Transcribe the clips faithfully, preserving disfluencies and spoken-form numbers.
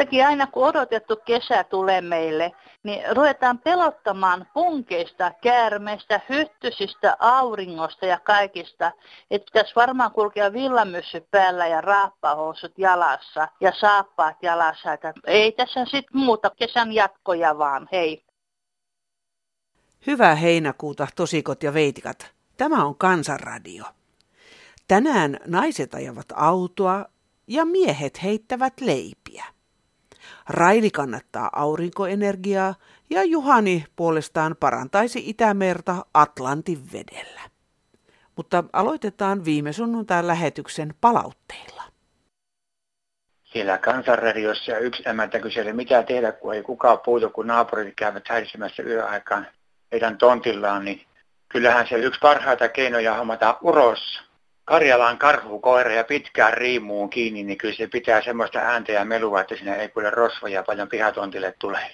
Nytkin aina kun odotettu kesä tulee meille, niin ruvetaan pelottamaan punkeista, käärmeistä, hyttysistä, auringosta ja kaikista. Että pitäisi varmaan kulkea villamyssy päällä ja raappahousut jalassa ja saappaat jalassa. Että ei tässä sitten muuta kesän jatkoja vaan, hei. Hyvää heinäkuuta, tosikot ja veitikat. Tämä on Kansanradio. Tänään naiset ajavat autoa ja miehet heittävät leipiä. Raili kannattaa aurinkoenergiaa ja Juhani puolestaan parantaisi Itämerta Atlantin vedellä. Mutta aloitetaan viime sunnuntain lähetyksen palautteilla. Siellä Kansanradiossa yksi emäntä kyseli, mitä tehdä, kun ei kukaan puutu, kun naapurit käyvät häiritsemässä yöaikaan heidän tontillaan, niin kyllähän se yksi parhaita keinoja hommata uros Karjalan karhukoira ja pitkään riimuun kiinni, niin kyllä se pitää semmoista ääntä ja melua, että siinä ei kuule rosvoja paljon pihatontille tulee.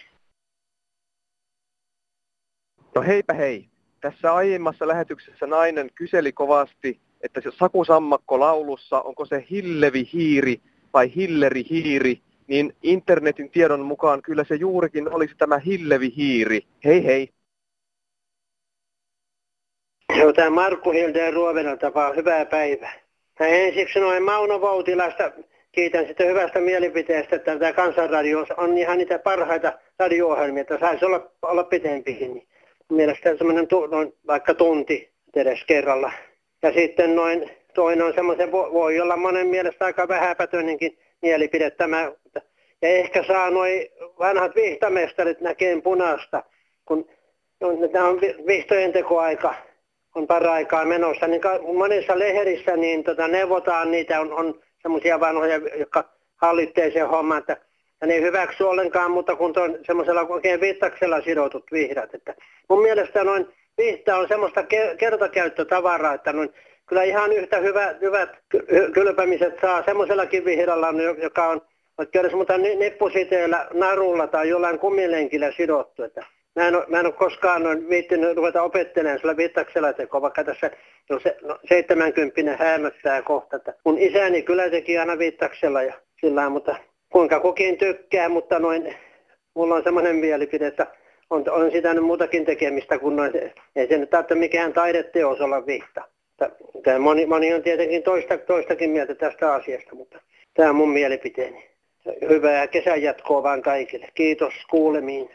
No heipä hei. Tässä aiemmassa lähetyksessä nainen kyseli kovasti, että se sakusammakko laulussa, onko se Hillevi hiiri vai Hilleri hiiri, niin internetin tiedon mukaan kyllä se juurikin olisi tämä Hillevi hiiri. Hei hei. Joo, tämä Markku Hilteen Ruovenan tapaa. Hyvää päivää. Ja ensiksi noin Mauno Voutilasta kiitän sitä hyvästä mielipiteestä, että tämä Kansanradio on ihan niitä parhaita radio-ohjelmia, että saisi olla, olla pitempikin. Niin mielestäni semmoinen tu, noin, vaikka tunti edes kerralla. Ja sitten noin toinen on semmoisen, voi olla monen mielestä aika vähäpätöinenkin mielipide tämä. Ja ehkä saa noin vanhat vihtamestarit näkeen punaista, kun tämä on vihtojen tekoaika. On paraikaa menossa, niin monissa lehdissä niin tota, neuvotaan niitä, on, on semmoisia vanhoja, jotka hallitsee sen homman, että ja ne ei hyväksy ollenkaan, mutta kun on semmoisella oikein viittaksella sidotut vihdat. Että mun mielestä noin vihta on semmoista ke- kertakäyttötavaraa, että noin, kyllä ihan yhtä hyvä, hyvät kylpämiset saa semmoisellakin vihdalla, joka on vaikka edes mutta nippusiteellä, narulla tai jollain kumilenkillä sidottu, että Mä en, ole, mä en ole koskaan noin viittinyt ruveta opettelemaan sillä vittaksella tekoa, vaikka tässä no se, no, seitsemänkymppinen häämöttää kohta. Että mun isäni kyllä teki aina vittaksella ja sillä mutta kuinka kukin tykkää, mutta noin, mulla on semmoinen mielipide, että on, on sitä nyt muutakin tekemistä, kun noin, ei se nyt tarvitse mikään taideteos olla vihta. Tämä moni, moni on tietenkin toista, toistakin mieltä tästä asiasta, mutta tämä on mun mielipiteeni. Hyvää kesän jatkoa vaan kaikille. Kiitos, kuulemiin.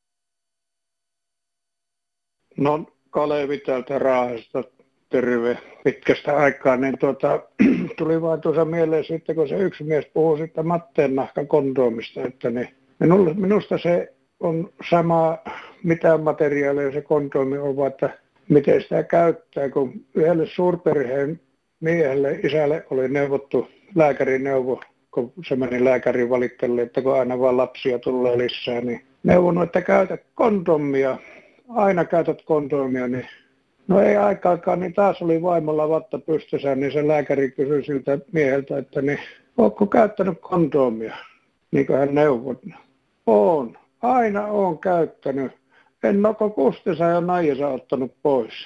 No Kalevi täältä Raahesta, terve pitkästä aikaa, niin tuota, tuli vaan tuossa mieleen sitten, kun se yksi mies puhui sitten Matteen nahkakondoomista, että niin minulle, minusta se on sama, mitä materiaalia se kondoomi on, vaan että miten sitä käyttää, kun yhdelle suurperheen miehelle, isälle oli neuvottu lääkärineuvo, kun se meni lääkärin valittelee, että kun aina vaan lapsia tulee lisää, niin neuvonut, että käytä kondomia. Aina käytät kondomia, niin no ei aikaakaan, niin taas oli vaimolla vatta pystyssä, niin se lääkäri kysyi siltä mieheltä, että niin, ootko käyttänyt kondomia? Niin kuin hän neuvoi. Oon, aina oon käyttänyt. En ole Kustisa ja Naijasa ottanut pois.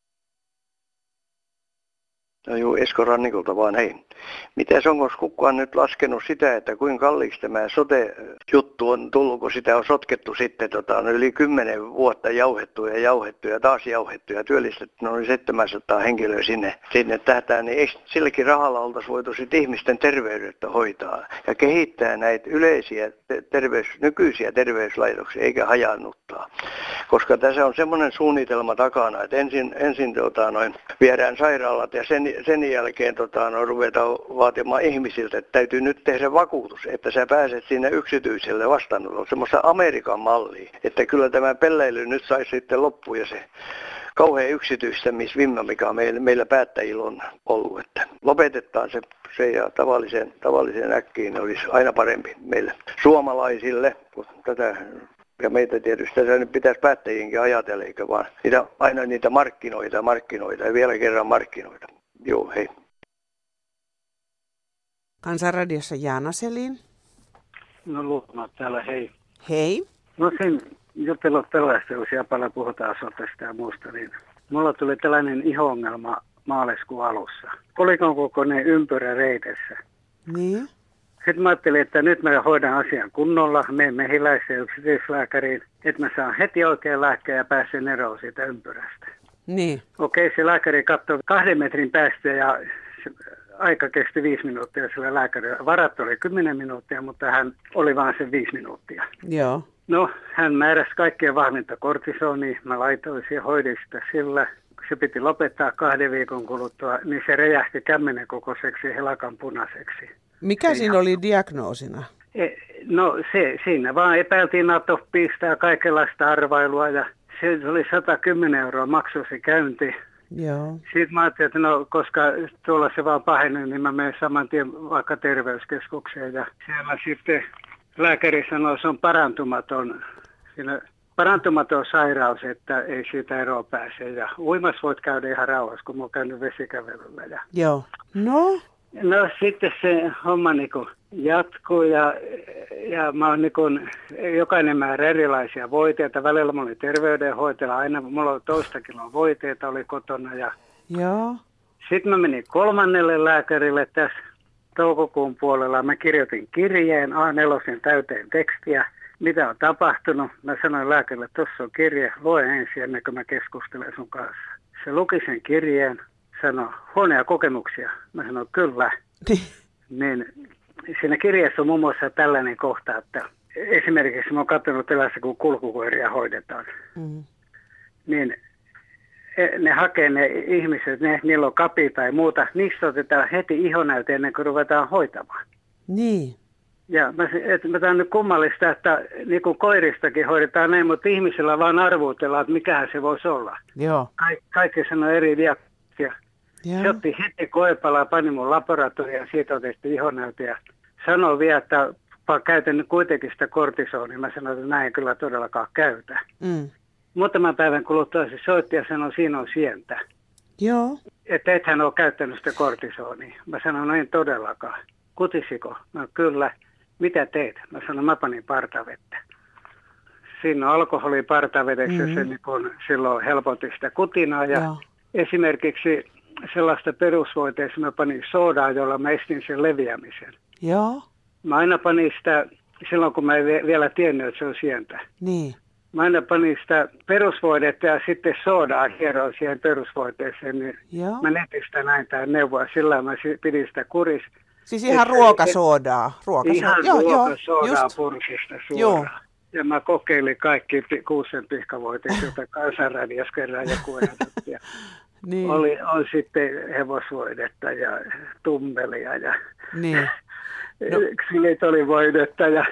No juu, Esko Rannikolta vaan, hei. Mites onko kukaan nyt laskenut sitä, että kuinka kalliiksi tämä sote-juttu on tullut, kun sitä on sotkettu sitten tota, on yli kymmenen vuotta jauhettu ja jauhettu ja taas jauhettu ja työllistetty noin seitsemänsataa henkilöä sinne, sinne tähtään, niin eikö silläkin rahalla oltaisi voitu sitten ihmisten terveyttä hoitaa ja kehittää näitä yleisiä terveys, nykyisiä terveyslaitoksia eikä hajannuttaa. Koska tässä on semmoinen suunnitelma takana, että ensin, ensin tota, noin, viedään sairaalat ja sen, sen jälkeen tota, noin, ruvetaan vaatimaan ihmisiltä, että täytyy nyt tehdä vakuutus, että sä pääset sinne yksityiselle vastaanotolle, semmoista Amerikan mallia, että kyllä tämä pelleily nyt saisi sitten loppuun ja se kauhean yksityistämisvimma, mikä meillä, meillä päättäjillä on ollut, että lopetetaan se, se ja tavalliseen, tavalliseen äkkiin olisi aina parempi meille suomalaisille, kun tätä ja meitä tietysti tässä nyt pitäisi päättäjienkin ajatella, eikä vaan niitä, aina niitä markkinoita, markkinoita ja vielä kerran markkinoita. Joo, hei. Kansanradiossa Jaana Selin. No Luutma täällä, hei. Hei. No sen jutella tällaista, jos ja paljon puhutaan sotesta ja muusta, niin mulla tuli tällainen iho-ongelma maaliskuun alussa. Kolikon kokoinen ympyrä reitessä. Niin. Sitten mä ajattelin, että nyt mä hoidan asian kunnolla, menen mehiläiseen yksityislääkäriin, että mä saan heti oikein lääkkeen ja pääsen eroon siitä ympyrästä. Niin. Okei, se lääkäri katsoi kahden metrin päästä ja se aika kesti viisi minuuttia sillä lääkärillä. Varat oli kymmenen minuuttia, mutta hän oli vain sen viisi minuuttia. Joo. No, hän määräsi kaikkien vahvinta kortisonia. Mä laitoin siihen, hoidin sitä sillä. Se piti lopettaa kahden viikon kuluttua, niin se räjähti kämmenen kokoiseksi helakan punaiseksi. Mikä se siinä ihan... oli diagnoosina? E, no se, siinä vaan epäiltiin atopista ja kaikenlaista arvailua ja se oli sata kymmenen euroa maksoi se käynti. Joo. Sitten mä ajattelin, että no, koska tuolla se vaan pahenee, niin mä menen saman tien vaikka terveyskeskukseen. Ja siellä sitten lääkäri sanoi, että se on parantumaton, siinä parantumaton sairaus, että ei siitä eroa pääse. Ja uimassa voit käydä ihan rauhassa, kun mä oon käynyt vesikävelyllä. Ja... Joo. No? No sitten se homma niin kuin jatkuu ja, ja mä oon niin kuin, jokainen määrä erilaisia voiteita. Välillä mä olin terveydenhoitaja, aina mulla oli toista kiloa voiteita oli kotona. Ja joo. Sitten mä menin kolmannelle lääkärille tässä toukokuun puolella. Mä kirjoitin kirjeen A neljä täyteen tekstiä, mitä on tapahtunut. Mä sanoin lääkärille, että tuossa on kirje, lue ensin ennen kuin mä keskustelen sun kanssa. Se luki sen kirjeen. Sanoi, huonoja kokemuksia. Mä sanoin, kyllä. Niin, siinä kirjassa on muun muassa tällainen kohta, että esimerkiksi mä oon katsonut tilassa, kun kulkukoiria hoidetaan. Mm. Niin ne hakee ne ihmiset, ne, niillä on kapi tai muuta, niistä otetaan heti ihonäyte ennen kuin ruvetaan hoitamaan. Niin. Ja mä, et, mä tämän nyt kummallista, että niin kuin koiristakin hoidetaan näin, mutta ihmisillä vaan arvuutellaan, että mikähän se voisi olla. Joo. Ka- kaikki sanoo eri diagnosia. Se otti heti koepalaa, pani mun laboratorioon, siitä otettiin ihonäyte ja sanoi vielä, että käytän nyt kuitenkin sitä kortisonia. Mä sanoin, että näin kyllä todellakaan käytä. Mm. Muutaman päivän kuluttua se soitti ja sanoi, siinä on sientä. Joo. Että et hän ole käyttänyt sitä kortisonia. Mä sanoin, no en todellakaan. Kutisiko? No kyllä. Mitä teet? Mä sanoin, mä panin partavettä. Siinä on alkoholi partavedeksi mm-hmm. ja se niin kun silloin helpotti sitä kutinaa ja joo. Esimerkiksi sellaista perusvoiteessa mä panin soodaa, jolla mä estin sen leviämisen. Joo. Mä aina panin sitä, silloin kun mä en vielä tiennyt, että se on sientä. Niin. Mä aina panin sitä perusvoidetta ja sitten soodaa hieroin siihen perusvoiteeseen. Niin joo. Mä netistä näin tämän neuvoa, sillä mä pidin sitä kuris. Siis ihan et, ruokasoodaa? ruokasoodaa. Ihan joo, ruokasoodaa purkista suoraan. Ja mä kokeilin kaikki kuusen pihkavoiteet, joita Kansanradiossa kerran joku ehdotti. Niin. Oli, on sitten hevosvoidetta ja tummelia ja niin. No. ksylitolivoidetta. Ja...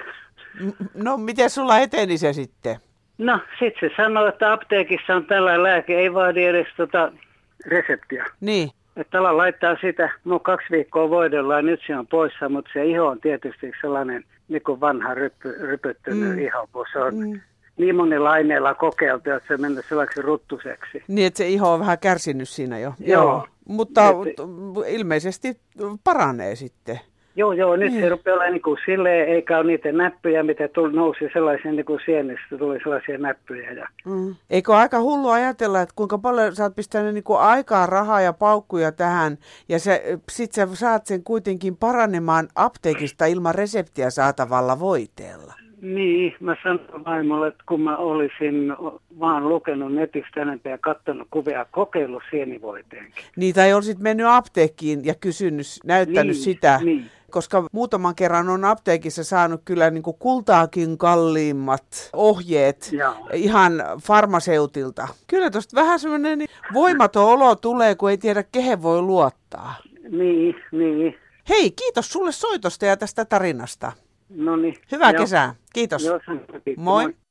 No miten sulla eteni se sitten? No sitten se sanoi, että apteekissa on tällainen lääke, ei vaadi edes tota reseptiä. Niin. Että ala laittaa sitä, no kaksi viikkoa voidellaan, nyt se on poissa, mutta se iho on tietysti sellainen niin kuin vanha ryppy, rypyttynyt mm. iho, kun se on mm. niin monilla aineilla kokeiltu, että se on mennyt sellaiseksi ruttuseksi. Niin, että se iho on vähän kärsinyt siinä jo. Joo. Joo. Mutta et... ilmeisesti paranee sitten. Joo, joo, nyt niin. Se rupeaa olla niin kuin silleen, eikä ole niitä näppyjä, mitä tuli, nousi sellaisia niin kuin sienistä, tuli sellaisia näppyjä. Ja... Mm. Eikö aika hullu ajatella, että kuinka paljon sä oot pistänyt niin kuin aikaa, rahaa ja paukkuja tähän, ja sit sä saat sen kuitenkin paranemaan apteekista ilman reseptiä saatavalla voiteella? Niin, mä sanoin vaimolle, että kun mä olisin vaan lukenut netistä enempää ja katsonut kuvia, kokeillut sienivoiteenkin. Niin, tai olisit mennyt apteekkiin ja kysynyt, näyttänyt niin, sitä, niin. Koska muutaman kerran on apteekissa saanut kyllä niin kuin kultaakin kalliimmat ohjeet Jaa. ihan farmaseutilta. Kyllä tuosta vähän semmoinen voimaton olo tulee, kun ei tiedä, kehen voi luottaa. Niin, niin. Hei, kiitos sulle soitosta ja tästä tarinasta. Noniin. Hyvää joo. kesää. Kiitos. Joo, moi. moi.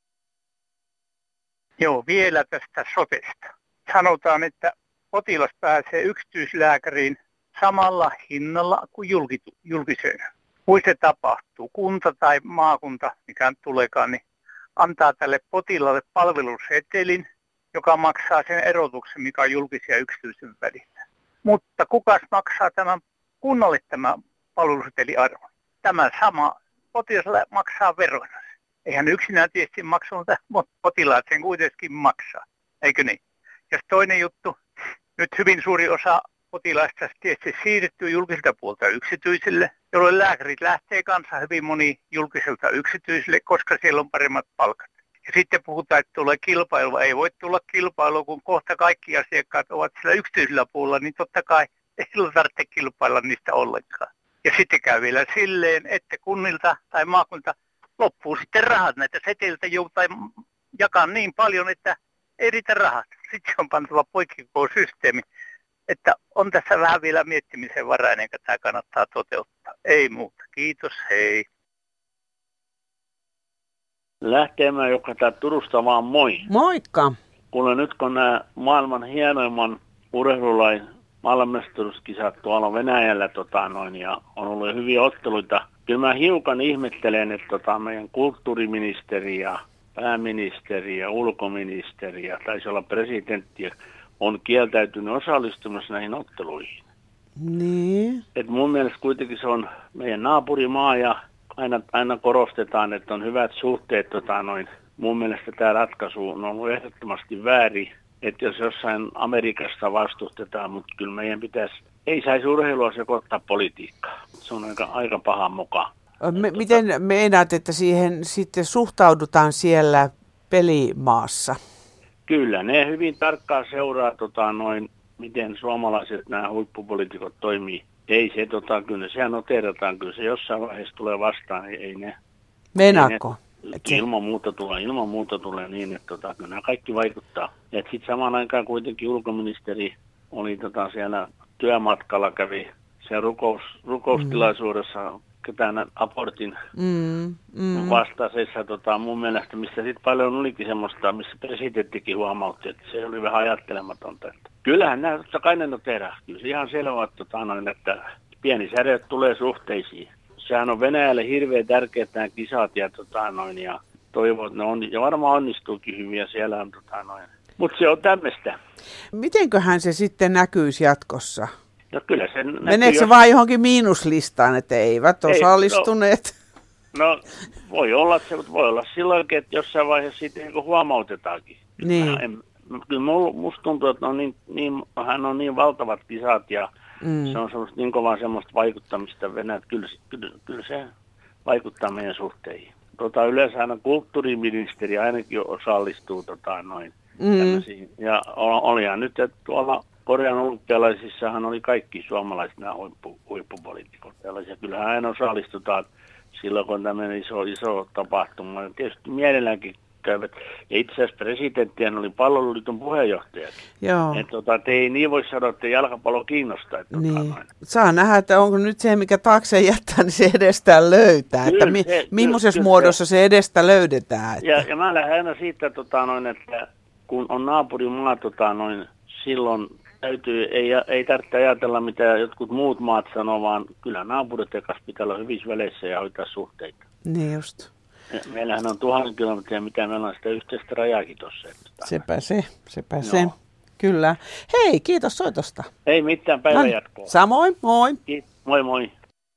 Joo, vielä tästä sotesta. Sanotaan, että potilas pääsee yksityislääkäriin samalla hinnalla kuin julkiseen. Kun se tapahtuu, kunta tai maakunta, mikä tuleekaan, niin antaa tälle potilaalle palvelusetelin, joka maksaa sen erotuksen, mikä on julkisen ja yksityisen välillä. Mutta kukas maksaa tämän kunnalle tämä palveluseteliarvon? Tämä sama potilas maksaa veroina. Eihän yksinään tietysti maksanut, mutta potilaat sen kuitenkin maksaa, eikö niin? Ja toinen juttu, nyt hyvin suuri osa potilaista tietysti siirtyy julkiselta puolta yksityiselle, jolloin lääkärit lähtee kanssa hyvin moni julkiselta yksityiselle, koska siellä on paremmat palkat. Ja sitten puhutaan, että tulee kilpailua. Ei voi tulla kilpailua, kun kohta kaikki asiakkaat ovat siellä yksityisellä puolella, niin totta kai ei tarvitse kilpailla niistä ollenkaan. Ja sitten käy vielä silleen, että kunnilta tai maakunta loppuu sitten rahat näitä setiltä joutaa jakaa niin paljon, että ei riitä rahat. Sitten on pantava poikki koko systeemi. Että on tässä vähän vielä miettimisen varaa, ennen kuin tämä kannattaa toteuttaa. Ei muuta. Kiitos, hei. Lähteemään joka tää Turusta vaan moi. Moikka. Kuule nyt kun nämä maailman hienoimman urheilulain maailmanmestaruuskisat tuolla Venäjällä tota noin, ja on ollut hyviä otteluita. Kyllä mä hiukan ihmettelen, että tota, meidän kulttuuriministeri ja pääministeri ja ulkoministeri ja taisi olla presidentti on kieltäytynyt osallistumassa näihin otteluihin. Niin. Et mun mielestä kuitenkin se on meidän naapurimaa ja aina, aina korostetaan, että on hyvät suhteet. Tota, noin. Mun mielestä tämä ratkaisu on ollut ehdottomasti väärin, että jos jossain Amerikassa vastustetaan, mutta kyllä meidän pitäisi, ei saisi urheilua sekoittaa politiikkaa. Se on aika, aika paha mukaan. Me, miten meinaat, että siihen sitten suhtaudutaan siellä pelimaassa? Kyllä, ne hyvin tarkkaan seuraa, tota, noin, miten suomalaiset nämä huippupoliitikot toimii. Ei se, tota, kyllä sehän noterataan, kyllä se jossain vaiheessa tulee vastaan, ei, ei ne. Meinaatko? Ne, ilman muuta tulee, ilman muuta tulee niin, että tota, kyllä nämä kaikki vaikuttaa. Ja sitten samaan aikaan kuitenkin ulkoministeri oli tota, siellä työmatkalla, kävi siellä rukous, rukoustilaisuudessa, mm. ketään abortin mm, mm. vastaisessa, tota, mun mielestä, missä sitten paljon olikin semmoista, missä presidenttikin huomautti, että se oli vähän ajattelematonta. Että kyllähän nämä totta kai ne tehdään. Kyllä se ihan selvä, tota, noin, että pieni säde tulee suhteisiin. Sehän on Venäjälle hirveän tärkeät nämä kisat ja, tota, noin, ja toivon, että ne on, ja varmaan onnistuukin hyvin ja siellä on tota, noin. Mutta se on tämmöistä. Mitenköhän se sitten näkyisi jatkossa? No kyllä se meneekö se jos... vaan johonkin miinuslistaan, että eivät ei, osallistuneet? No, no voi olla, että se voi olla silloinkin, että jossain vaiheessa siitä niin huomautetaankin. Niin. En, kyllä musta tuntuu, että on niin, niin, hän on niin valtavat kisat ja mm. se on semmoista, niin kovaa semmoista vaikuttamista Venäjä. Kyllä, kyllä, kyllä se vaikuttaa meidän suhteihin. Tota, yleensä aina kulttuuriministeri ainakin osallistuu tota, noin mm. tämmöisiin. Ja olihan nyt, että tuolla Korean olympialaisissahan oli kaikki suomalaiset nämä huippu, huippupoliitikot. Ja kyllähän aina osallistutaan silloin, kun tämmöinen iso, iso tapahtuma. Ja tietysti mielelläänkin käyvät. Ja itse asiassa presidenttihän oli palloliiton puheenjohtajakin. Joo. Et, tota, ei niin voi sanoa, että jalkapallo kiinnostaa. Että, niin. tota, saa nähdä, että onko nyt se, mikä taakse jättää, niin se edestään löytää. Kyllä, että mi- se, millaisessa muodossa se edestä löydetään. Että... Ja, ja mä lähden aina siitä, tota, noin, että kun on naapurimaa, tota, noin, silloin täytyy, ei, ei tarvitse ajatella, mitä jotkut muut maat sanoo, vaan kyllä naapurit kanssa pitää olla hyvissä väleissä ja hoitaa suhteita. Niin just. Ja meillähän on tuhannen kilometriä, mitä meillä on sitä yhteistä rajaakin tuossa. Sepä se, sepä no. se. Kyllä. Hei, kiitos soitosta. Ei mitään, päivän no, jatkoa. Samoin, moi. Kiitos, moi moi.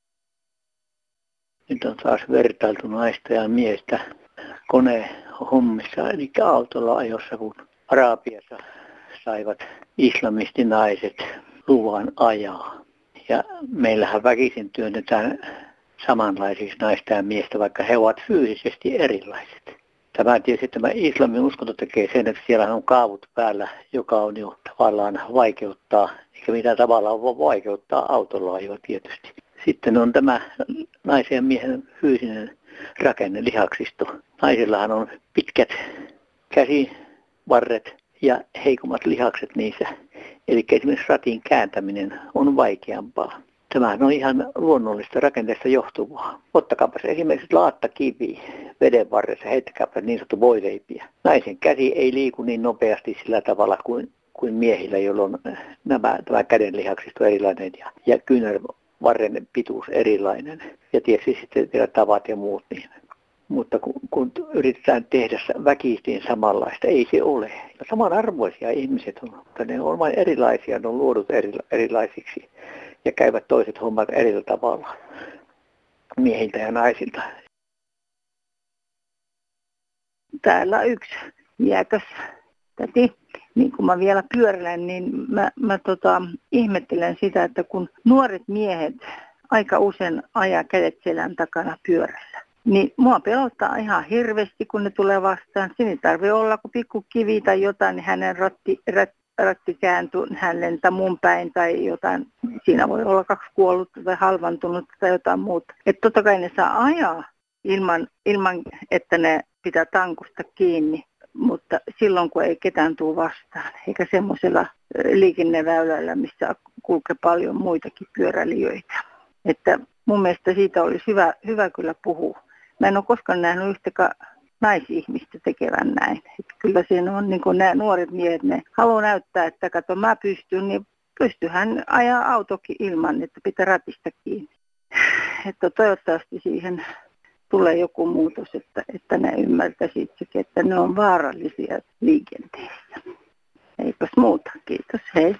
Nyt on taas vertailtu naista ja miestä konehommissa, eli autolla ajossa, kun Arabiassa saivat islamistinaiset luvan ajaa. Ja meillähän väkisin työnnetään samanlaisiksi naista ja miestä, vaikka he ovat fyysisesti erilaiset. Tämä tietysti tämä islamin uskonto tekee sen, että siellä on kaavut päällä, joka on jo tavallaan vaikeuttaa, eikä mitään tavallaan voi vaikeuttaa autolla ajoa tietysti. Sitten on tämä naisen ja miehen fyysinen rakenne, lihaksisto. Naisillahan on pitkät käsivarret ja heikommat lihakset niissä. Eli esimerkiksi ratin kääntäminen on vaikeampaa. Tämähän on ihan luonnollista rakenteesta johtuvaa. Ottakaapa esimerkiksi laattakivi veden varressa, heittäkääpä niin sanottu voileipiä. Naisen käsi ei liiku niin nopeasti sillä tavalla kuin, kuin miehillä, jolloin nämä, tämä käden lihaksisto on erilainen ja, ja kyynärvarren pituus erilainen. Ja tietysti sitten vielä tavat ja muut. Niin. Mutta kun, kun yritetään tehdä väkisin samanlaista, ei se ole. Samanarvoisia ihmiset on, mutta ne on vain erilaisia, ne on luodut eri, erilaisiksi. Ja käyvät toiset hommat eri tavalla miehiltä ja naisilta. Täällä yksi iäkäs täti. Niin kun mä vielä pyöräilen, niin mä, mä tota, ihmettelen sitä, että kun nuoret miehet aika usein ajaa kädet selän takana pyörällä. Niin mua pelottaa ihan hirveästi, kun ne tulee vastaan. Siinä ei tarvitse olla, kun pikku kivi tai jotain, niin hänen ratti, rat, ratti kääntyy, hän lentää mun päin tai jotain. Siinä voi olla kaksi kuollutta tai halvantunut tai jotain muuta. Että totta kai ne saa ajaa ilman, ilman, että ne pitää tankusta kiinni. Mutta silloin, kun ei ketään tule vastaan, eikä semmoisella liikenneväylällä, missä kulkee paljon muitakin pyöräilijöitä. Että mun mielestä siitä olisi hyvä, hyvä kyllä puhua. Mä en ole koskaan nähnyt yhtäkään naisihmistä tekevän näin. Että kyllä siinä on niin kuin nämä nuoret miehet, ne haluaa näyttää, että kato mä pystyn, niin pystyhän ajaa autokin ilman, että pitää ratista kiinni. Että toivottavasti siihen tulee joku muutos, että, että ne ymmärtäisivät sekin, että ne on vaarallisia liikenteessä. Eipäs muuta. Kiitos. Hei.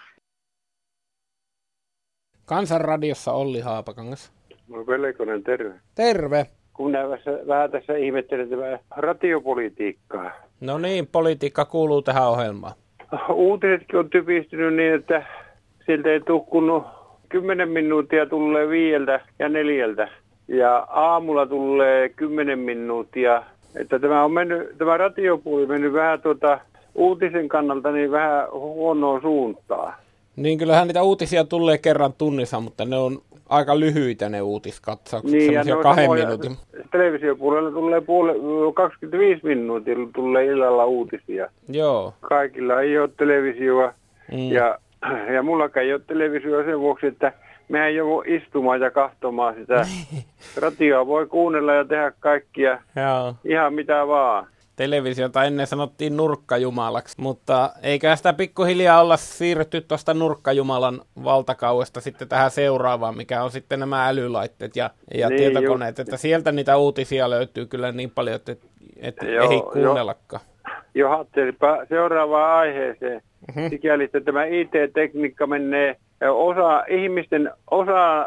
Kansanradiossa Olli Haapakangas. No Pelkonen, terve. Terve. Kun nää vähän tässä ihmettelen tätä radiopolitiikkaa. No niin, politiikka kuuluu tähän ohjelmaan. Uutisetkin on typistynyt niin, että siltä ei tukkunut kymmenen minuuttia tulee viieltä ja neljältä. Ja aamulla tulee kymmenen minuuttia. Että tämä on mennyt, tämä radiopuoli mennyt vähän tuota uutisen kannalta niin vähän huonoa suuntaan. Niin kyllähän niitä uutisia tulee kerran tunnissa, mutta ne on aika lyhyitä ne uutiskatsaukset, niin, semmoisia kahden minuutin. Televisiopuolella tulee puole, kaksikymmentäviisi minuuttia tulee illalla uutisia. Joo. Kaikilla ei ole televisioa mm. ja, ja mullakaan ei ole televisioa sen vuoksi, että mehän ei ole istumaan ja kahtomaan sitä. Radioa voi kuunnella ja tehdä kaikkia, Joo. ihan mitä vaan. Televisiota ennen sanottiin nurkkajumalaksi, mutta eikä sitä pikkuhiljaa olla siirrytty tuosta nurkkajumalan valtakauesta sitten tähän seuraavaan, mikä on sitten nämä älylaitteet ja, ja niin, tietokoneet, just. Että sieltä niitä uutisia löytyy kyllä niin paljon, että, että ei kuunnellakaan. Jo, jo seuraavaan aiheeseen. Mm-hmm. Sikäli, että tämä I T-tekniikka menee osa ihmisten osa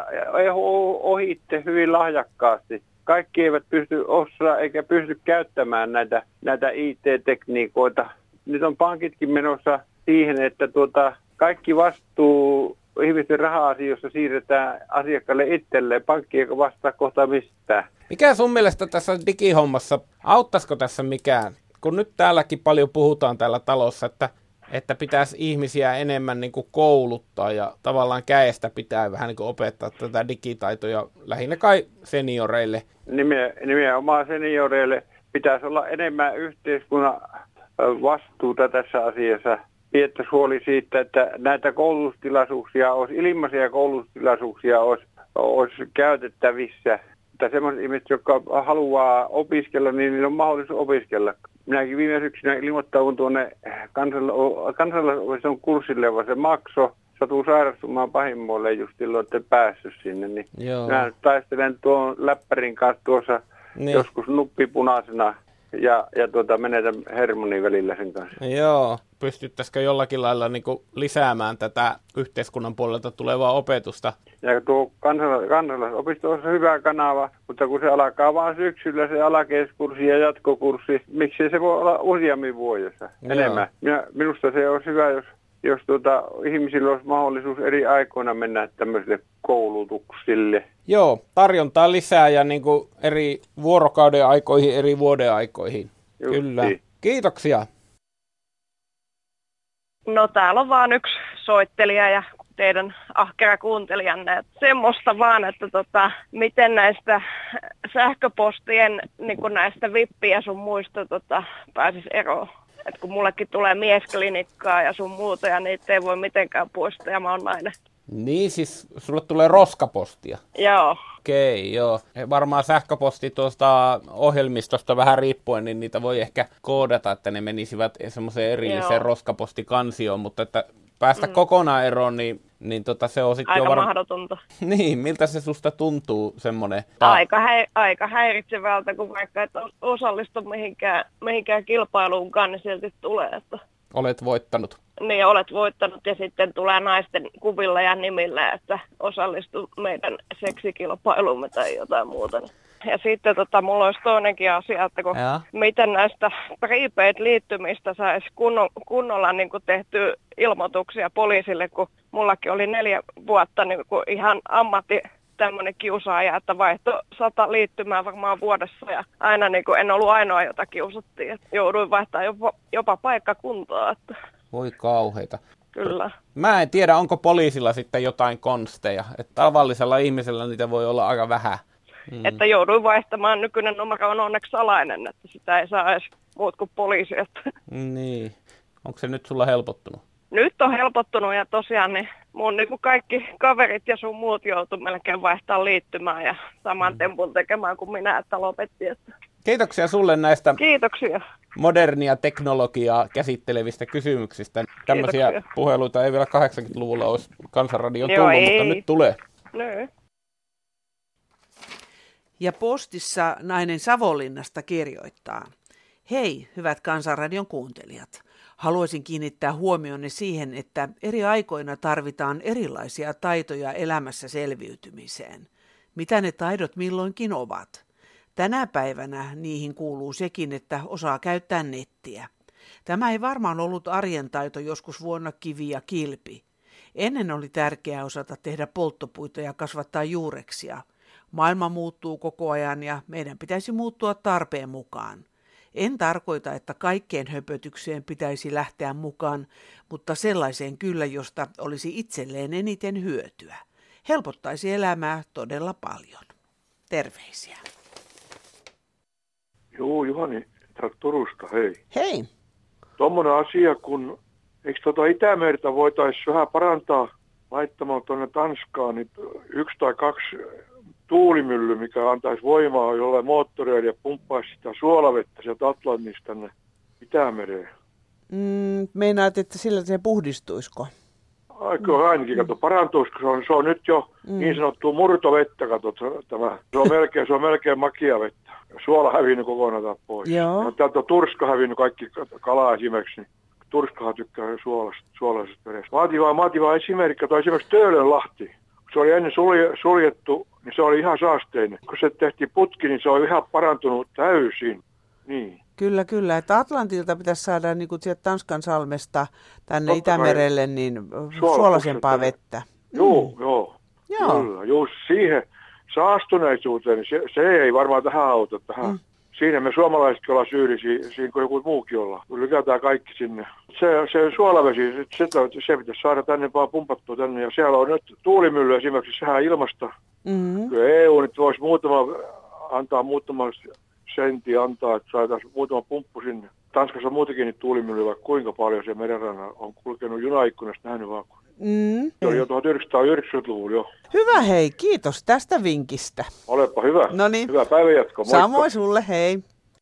ohitte hyvin lahjakkaasti. Kaikki eivät pysty osaa eikä pysty käyttämään näitä, näitä I T-tekniikoita. Nyt on pankitkin menossa siihen, että tuota, kaikki vastuu ihmisten raha-asioissa siirretään asiakkaalle itselleen. Pankki eikä vastaa kohta mistään. Mikä sun mielestä tässä digihommassa, auttaisiko tässä mikään? Kun nyt täälläkin paljon puhutaan täällä talossa, että, että pitäisi ihmisiä enemmän niin kuin kouluttaa ja tavallaan käestä pitää vähän niin kuin opettaa tätä digitaitoja lähinnä kai senioreille. Nimeä, nimenomaan senioreille pitäisi olla enemmän yhteiskunnan vastuuta tässä asiassa. Pidettäisiin huoli siitä, että näitä koulutustilaisuuksia olisi, ilmaisia koulutustilaisuuksia olisi, olisi käytettävissä. Että sellaiset ihmiset, jotka haluaa opiskella, niin niillä on mahdollisuus opiskella. Minäkin viime syksynä ilmoittaudun tuonne kansalaisen kurssille, vaan se maksoi. Satuu sairastumaan pahimmoille just silloin, että päässyt sinne. Niin minä taistelen tuon läppärin kanssa tuossa niin. Joskus nuppipunaisena ja, ja tuota, menetän hermoni välillä sen kanssa. Joo. Pystyttäisikö jollakin lailla niin kuin lisäämään tätä yhteiskunnan puolelta tulevaa opetusta? Ja tuo kansala- kansalaisopisto on hyvä kanava, mutta kun se alkaa vaan syksyllä se alakeiskurssi ja jatkokurssi, miksei se voi olla useammin vuodessa enemmän. Minä, minusta se olisi hyvä, jos, jos tuota, ihmisillä olisi mahdollisuus eri aikoina mennä tämmöisille koulutuksille. Joo, tarjontaa lisää ja niin kuin eri vuorokauden aikoihin, eri vuoden aikoihin. Justi. Kyllä. Kiitoksia. No täällä on vaan yksi soittelija ja teidän ahkera kuuntelijanne. Että semmoista vaan, että tota, miten näistä sähköpostien niin kun näistä vippiä sun muista tota, pääsisi eroon. Et kun mullekin tulee miesklinikkaa ja sun muuta ja niitä ei voi mitenkään poistaa ja mä oon nainen. Niin siis sulle tulee roskapostia? Joo. Okei, joo. Varmaan sähköposti tuosta ohjelmistosta vähän riippuen, niin niitä voi ehkä koodata, että ne menisivät semmoiseen erilliseen joo. roskapostikansioon, mutta että päästä mm. kokonaan eroon, niin, niin tota se on sitten aika jo varmaan... mahdotonta. Niin, miltä se susta tuntuu semmoinen? Aika, hä- aika häiritsevältä, kun vaikka et osallistu mihinkään, mihinkään kilpailuunkaan, niin silti tulee, että... Olet voittanut. Niin, olet voittanut ja sitten tulee naisten kuvilla ja nimillä, että osallistu meidän seksikilpailuumme tai jotain muuta. Ja sitten tota, mulla olisi toinenkin asia, että kun miten näistä prepaid-liittymistä saisi kunno, kunnolla niin kuin tehty ilmoituksia poliisille, kun mullakin oli neljä vuotta niin kuin ihan ammatti, tämmöinen kiusaaja, että vaihto sata liittymää varmaan vuodessa ja aina niin kuin en ollut ainoa, jota kiusattiin. Että jouduin vaihtamaan jopa, jopa paikkakuntaa. Että... Voi kauheita. Kyllä. Mä en tiedä, onko poliisilla sitten jotain konsteja. Että tavallisella ihmisellä niitä voi olla aika vähän. Mm. Että jouduin vaihtamaan, nykyinen numero on onneksi salainen, että sitä ei saa edes muut kuin poliisi. Että... Niin. Onko se nyt sulla helpottunut? Nyt on helpottunut ja tosiaan niin mun niin kuin kaikki kaverit ja sun muut joutu melkein vaihtaa liittymään ja saman tempun tekemään kuin minä, että lopetti. Että... Kiitoksia sulle näistä Kiitoksia. modernia teknologiaa käsittelevistä kysymyksistä. Tämmöisiä Kiitoksia. Puheluita ei vielä kahdeksankymmentäluvulla olisi Kansanradion tullut, ei. Mutta nyt tulee. No. Ja postissa nainen Savonlinnasta kirjoittaa. Hei, hyvät Kansanradion kuuntelijat. Haluaisin kiinnittää huomionne siihen, että eri aikoina tarvitaan erilaisia taitoja elämässä selviytymiseen. Mitä ne taidot milloinkin ovat? Tänä päivänä niihin kuuluu sekin, että osaa käyttää nettiä. Tämä ei varmaan ollut arjen taito joskus vuonna kivi ja kilpi. Ennen oli tärkeää osata tehdä polttopuita ja kasvattaa juureksia. Maailma muuttuu koko ajan ja meidän pitäisi muuttua tarpeen mukaan. En tarkoita, että kaikkeen höpötykseen pitäisi lähteä mukaan, mutta sellaiseen kyllä, josta olisi itselleen eniten hyötyä. Helpottaisi elämää todella paljon. Terveisiä. Joo, Juhani, täältä Turusta, hei. Hei. Tuommoinen asia, kun eikö tuota Itämerta voitaisiin vähän parantaa laittamaan tuonne Tanskaan, niin yksi tai kaksi tuulimylly, mikä antaisi voimaa jollain moottoreilla ja pumppaisi sitä suolavettä sieltä Atlantista tänne Itämereen. Mm, meinaat, että sillä se puhdistuisiko? Aika ainakin, kato, parantuisiko. Se on, se on nyt jo mm. niin sanottua murtovettä, kato, tämä. Se on melkein, se on melkein makia vettä. Suola hävinnyt kokonaan pois. Joo. Ja täältä on turska hävinnyt kaikki kalaa esimerkiksi. Niin turskahan tykkää suolasta, suolaisesta vedestä. Mä otin vaan, mä otin vaan esimerkki, tai esimerkiksi Töölönlahti. Se oli ennen sulje, suljettu, niin se oli ihan saasteinen. Kun se tehtiin putki, niin se on ihan parantunut täysin. Niin. Kyllä, kyllä. Että Atlantilta pitäisi saada niin kuin sieltä Tanskan salmesta tänne Totta Itämerelle niin suolaisempaa vettä. Joo, mm. joo. Joo. Kyllä. Just siihen saastuneisuuteen, niin se, se ei varmaan tähän auta. Tähän. Mm. Siinä me suomalaisetkin ollaan syyllisiä, siinä kuin joku muukin ollaan. Lykätään kaikki sinne. Se, se suolavesi, se, se pitäisi saada tänne vaan pumpattua tänne. Ja siellä on nyt tuulimylly esimerkiksi sehän ilmasta. Mm-hmm. Kyllä E U nyt voisi muutama, antaa muutama sentti antaa, että saataisiin muutama pumppu sinne. Tanskassa on muutenkin niitä tuulimyllyjä, vaikka kuinka paljon se merenrannalla on kulkenut junaikkunasta nähnyt vaan. Mm. Se oli jo tuhatyhdeksänsataayhdeksänkymmentäluvulla jo. Hyvä hei, kiitos tästä vinkistä. Olepa hyvä. Noniin. Hyvää päivänjatkoa, moikka. Samoin sulle, hei.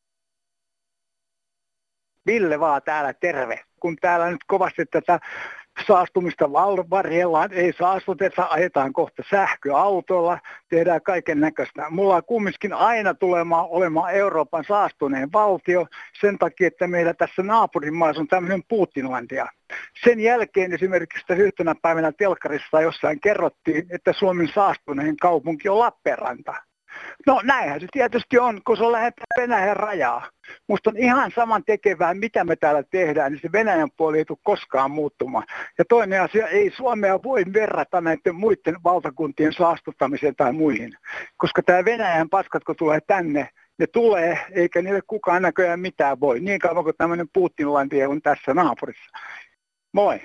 Ville vaan täällä, terve. Kun täällä nyt kovasti tätä saastumista varjellaan, ei saastuteta, ajetaan kohta sähköautolla, tehdään kaiken näköistä. Mulla on kumminkin aina tulemaan olemaan Euroopan saastuneen valtio sen takia, että meillä tässä naapurimaassa on tämmöinen Putinlandia. Sen jälkeen esimerkiksi yhtenä päivänä telkkarissa jossain kerrottiin, että Suomen saastuneen kaupunki on Lappeenranta. No näinhän se tietysti on, kun se on lähellä Venäjän rajaa. Musta on ihan saman tekevää, mitä me täällä tehdään, niin se Venäjän puoli ei tule koskaan muuttumaan. Ja toinen asia, ei Suomea voi verrata näiden muiden valtakuntien saastuttamiseen tai muihin. Koska tämä Venäjän paskat, kun tulee tänne, ne tulee, eikä niille kukaan näköjään mitään voi. Niin kauan kuin tämmöinen Putinlandia on tässä naapurissa. Moi!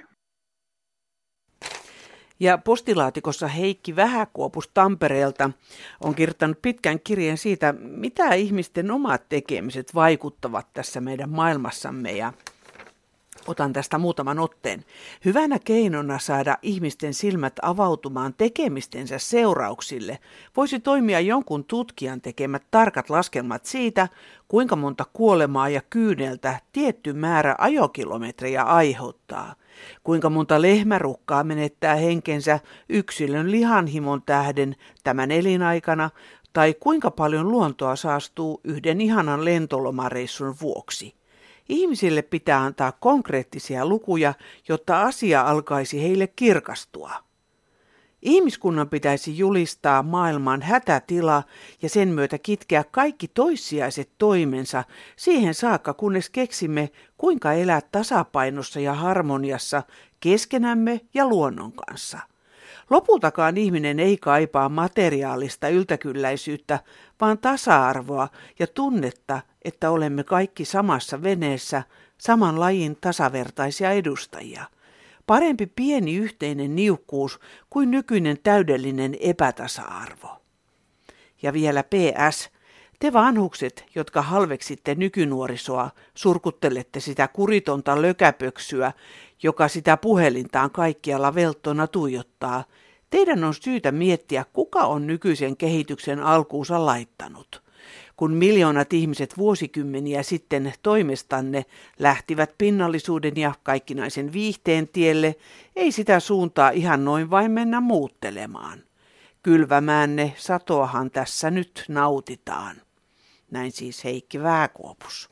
Ja postilaatikossa Heikki Vähäkuopus Tampereelta on kirjoittanut pitkän kirjeen siitä, mitä ihmisten omat tekemiset vaikuttavat tässä meidän maailmassamme. Ja otan tästä muutaman otteen. Hyvänä keinona saada ihmisten silmät avautumaan tekemistensä seurauksille voisi toimia jonkun tutkijan tekemät tarkat laskelmat siitä, kuinka monta kuolemaa ja kyyneltä tietty määrä ajokilometrejä aiheuttaa. Kuinka monta lehmärukkaa menettää henkensä yksilön lihanhimon tähden tämän elinaikana, tai kuinka paljon luontoa saastuu yhden ihanan lentolomareissun vuoksi. Ihmisille pitää antaa konkreettisia lukuja, jotta asia alkaisi heille kirkastua. Ihmiskunnan pitäisi julistaa maailman hätätila ja sen myötä kitkeä kaikki toissijaiset toimensa siihen saakka, kunnes keksimme, kuinka elää tasapainossa ja harmoniassa keskenämme ja luonnon kanssa. Lopultakaan ihminen ei kaipaa materiaalista yltäkylläisyyttä, vaan tasa-arvoa ja tunnetta, että olemme kaikki samassa veneessä, saman lajin tasavertaisia edustajia. Parempi pieni yhteinen niukkuus kuin nykyinen täydellinen epätasa-arvo. Ja vielä P S. Te vanhukset, jotka halveksitte nykynuorisoa, surkuttelette sitä kuritonta lökäpöksyä, joka sitä puhelintaan kaikkialla velttona tuijottaa. Teidän on syytä miettiä, kuka on nykyisen kehityksen alkuunsa laittanut. Kun miljoonat ihmiset vuosikymmeniä sitten toimestanne lähtivät pinnallisuuden ja kaikkinaisen viihteen tielle, ei sitä suuntaa ihan noin vain mennä muuttelemaan. Kylvämäänne satoahan tässä nyt nautitaan. Näin siis Heikki Vääkuopus.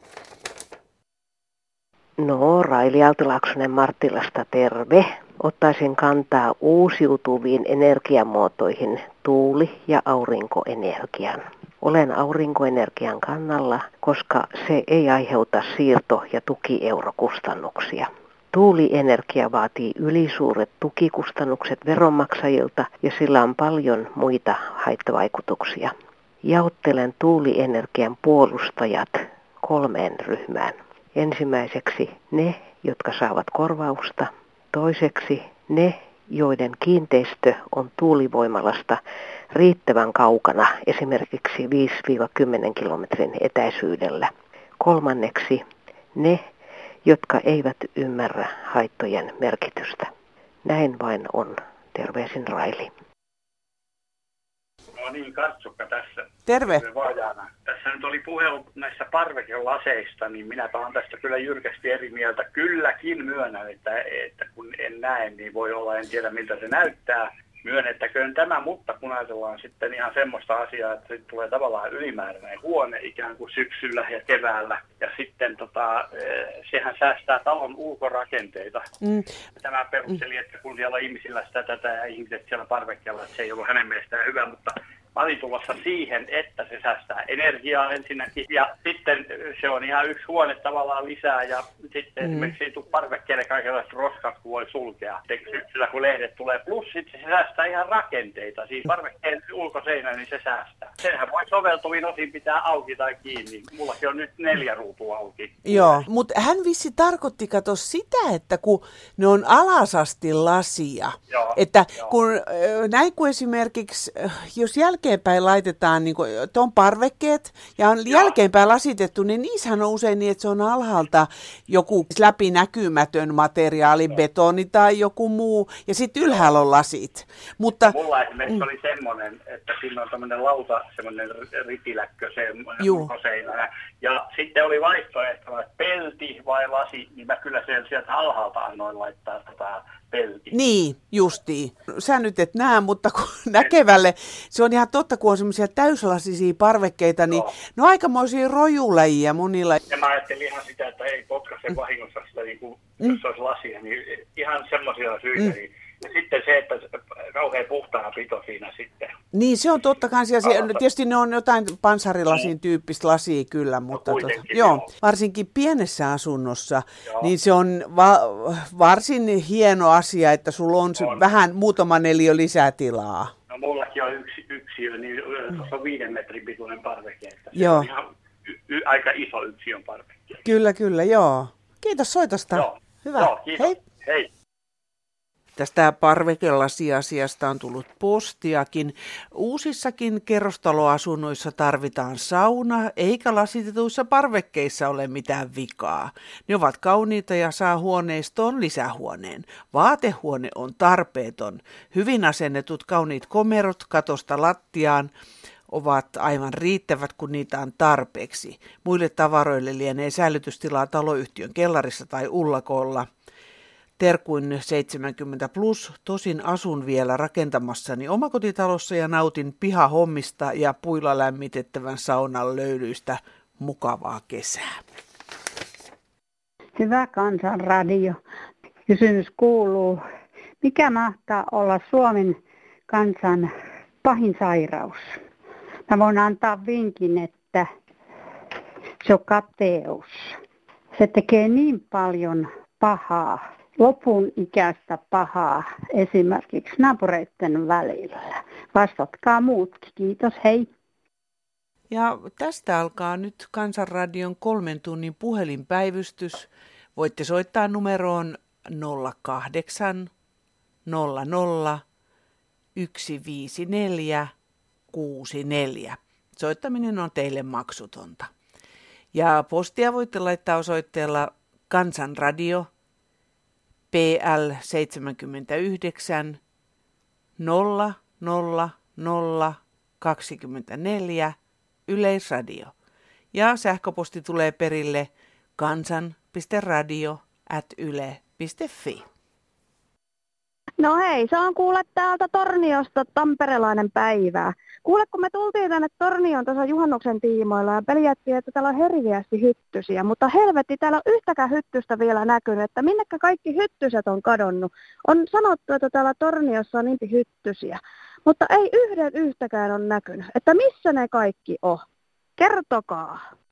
No, Raili Aalto-Laaksonen Marttilasta, terve. Ottaisin kantaa uusiutuviin energiamuotoihin, tuuli- ja aurinkoenergian. Olen aurinkoenergian kannalla, koska se ei aiheuta siirto- ja tukieurokustannuksia. Tuulienergia vaatii ylisuuret tukikustannukset veronmaksajilta ja sillä on paljon muita haittavaikutuksia. Jaottelen tuulienergian puolustajat kolmeen ryhmään. Ensimmäiseksi ne, jotka saavat korvausta. Toiseksi ne, joiden kiinteistö on tuulivoimalasta riittävän kaukana, esimerkiksi viisi kymmenen kilometrin etäisyydellä. Kolmanneksi ne, jotka eivät ymmärrä haittojen merkitystä. Näin vain on. Terveisin Raili. No niin, Kartsukka tässä. Terve. Vajaana. Tässä nyt oli puhe näistä parvekelaseista, niin minäpä olen tästä kyllä jyrkästi eri mieltä. Kylläkin myönnän, että, että kun en näe, niin voi olla, en tiedä miltä se näyttää. Myönnettäköön tämä, mutta kun ajatellaan sitten ihan semmoista asiaa, että sitten tulee tavallaan ylimääräinen huone ikään kuin syksyllä ja keväällä. Ja sitten tota, sehän säästää talon ulkorakenteita. Mm. Tämä perusteli, että kun siellä on ihmisillä sitä tätä ja ihmiset siellä parvekkeella, että se ei ollut hänen mielestään hyvä, mutta mä olin tulossa siihen, että se säästää energiaa ensinnäkin. Ja sitten se on ihan yksi huone tavallaan lisää ja sitten mm. esimerkiksi ei tule parvekkeelle kaikenlaiset roskat, kun voi sulkea. Syksyllä kun lehdet tulee. Plus sitten se säästää ihan rakenteita. Siis parvekkeen ulkoseinä, niin se säästää. Senhän voi soveltuvin osin pitää auki tai kiinni. Mullakin on nyt neljä ruutua auki. Joo, mutta hän vissi tarkoitti, kato sitä, että kun ne on alasasti lasia. Joo, että jo. kun näin kuin esimerkiksi, jos jälkeenpäin laitetaan, niin kuin, on parvekkeet ja on Joo. jälkeenpäin lasitettu, niin niissähän on usein niin, että se on alhaalta joku läpinäkymätön materiaali, betoni tai joku muu, ja sitten ylhäällä on lasit. Mutta, mulla esimerkiksi mm. oli semmoinen, että siinä on tämmöinen lauta, semmoinen ritiläkkö, se ulkoseinä. Ja sitten oli vaihtoehto, että pelti vai lasi, niin mä kyllä sen sieltä alhaalta annoin laittaa tätä pelti. Niin, justiin. Sä nyt et näe, mutta kun näkevälle, se on ihan totta, kun on semmoisia täyslasisia parvekkeita, niin no. ne on aikamoisia rojulajia monilla. Ja mä ajattelin ihan sitä, että ei potkaise vahingossa sitä, niin kuin, mm. jos olisi lasia, niin ihan semmoisia syitä. Mm. Niin. Ja sitten se, että kauhean puhtaana pito siinä sitten. Niin, se on totta kans. Ja se, tietysti ne on jotain panssarilasin tyyppistä lasia kyllä, mutta no, tota, joo, joo. varsinkin pienessä asunnossa, joo. niin se on va- varsin hieno asia, että sulla on, on. vähän muutama neliö lisätilaa. No mullakin on yksi yksiö, niin tuossa on viiden metrin pituinen parveke. Se joo. on ihan y- y- aika iso yksiön parveke. Kyllä, kyllä, joo. Kiitos soitosta. Joo. Hyvä. Joo, kiitos. Hei. Hei. Tästä parvekelasiasiasta on tullut postiakin. Uusissakin kerrostaloasunnoissa tarvitaan sauna, eikä lasitetuissa parvekkeissa ole mitään vikaa. Ne ovat kauniita ja saa huoneistoon lisähuoneen. Vaatehuone on tarpeeton. Hyvin asennetut kauniit komerot katosta lattiaan ovat aivan riittävät, kun niitä on tarpeeksi. Muille tavaroille lienee säilytystilaa taloyhtiön kellarissa tai ullakolla. Terkuin seitsemänkymmentä plus, tosin asun vielä rakentamassani omakotitalossa ja nautin pihahommista ja puilla lämmitettävän saunan löylyistä. Mukavaa kesää. Hyvä Kansanradio. Kysymys kuuluu, mikä mahtaa olla Suomen kansan pahin sairaus? Mä voin antaa vinkin, että se on kateus. Se tekee niin paljon pahaa lopun ikäistä pahaa esimerkiksi naapureiden välillä? Vastatkaa muutkin. Kiitos, hei. Ja tästä alkaa nyt Kansanradion kolmen tunnin puhelinpäivystys. Voitte soittaa numeroon nolla kahdeksan nolla nolla yksi viisi neljä kuusi neljä. Soittaminen on teille maksutonta. Ja postia voitte laittaa osoitteella Kansanradio P L seitsemänkymmentäyhdeksän nolla nolla nolla kaksikymmentäneljä Yleisradio. Ja sähköposti tulee perille kansan piste radio ät yle piste fi. No hei, se on kuule täältä Torniosta tamperelainen päivää. Kuule, kun me tultiin tänne Tornioon tuossa juhannuksen tiimoilla ja peljättiin, että täällä on hirviästi hyttysiä, mutta helvetti, täällä on yhtäkään hyttystä vielä näkynyt, että minnekä kaikki hyttyset on kadonnut. On sanottu, että täällä Torniossa on niin hyttysiä, mutta ei yhden yhtäkään on näkynyt, että missä ne kaikki on. Kertokaa.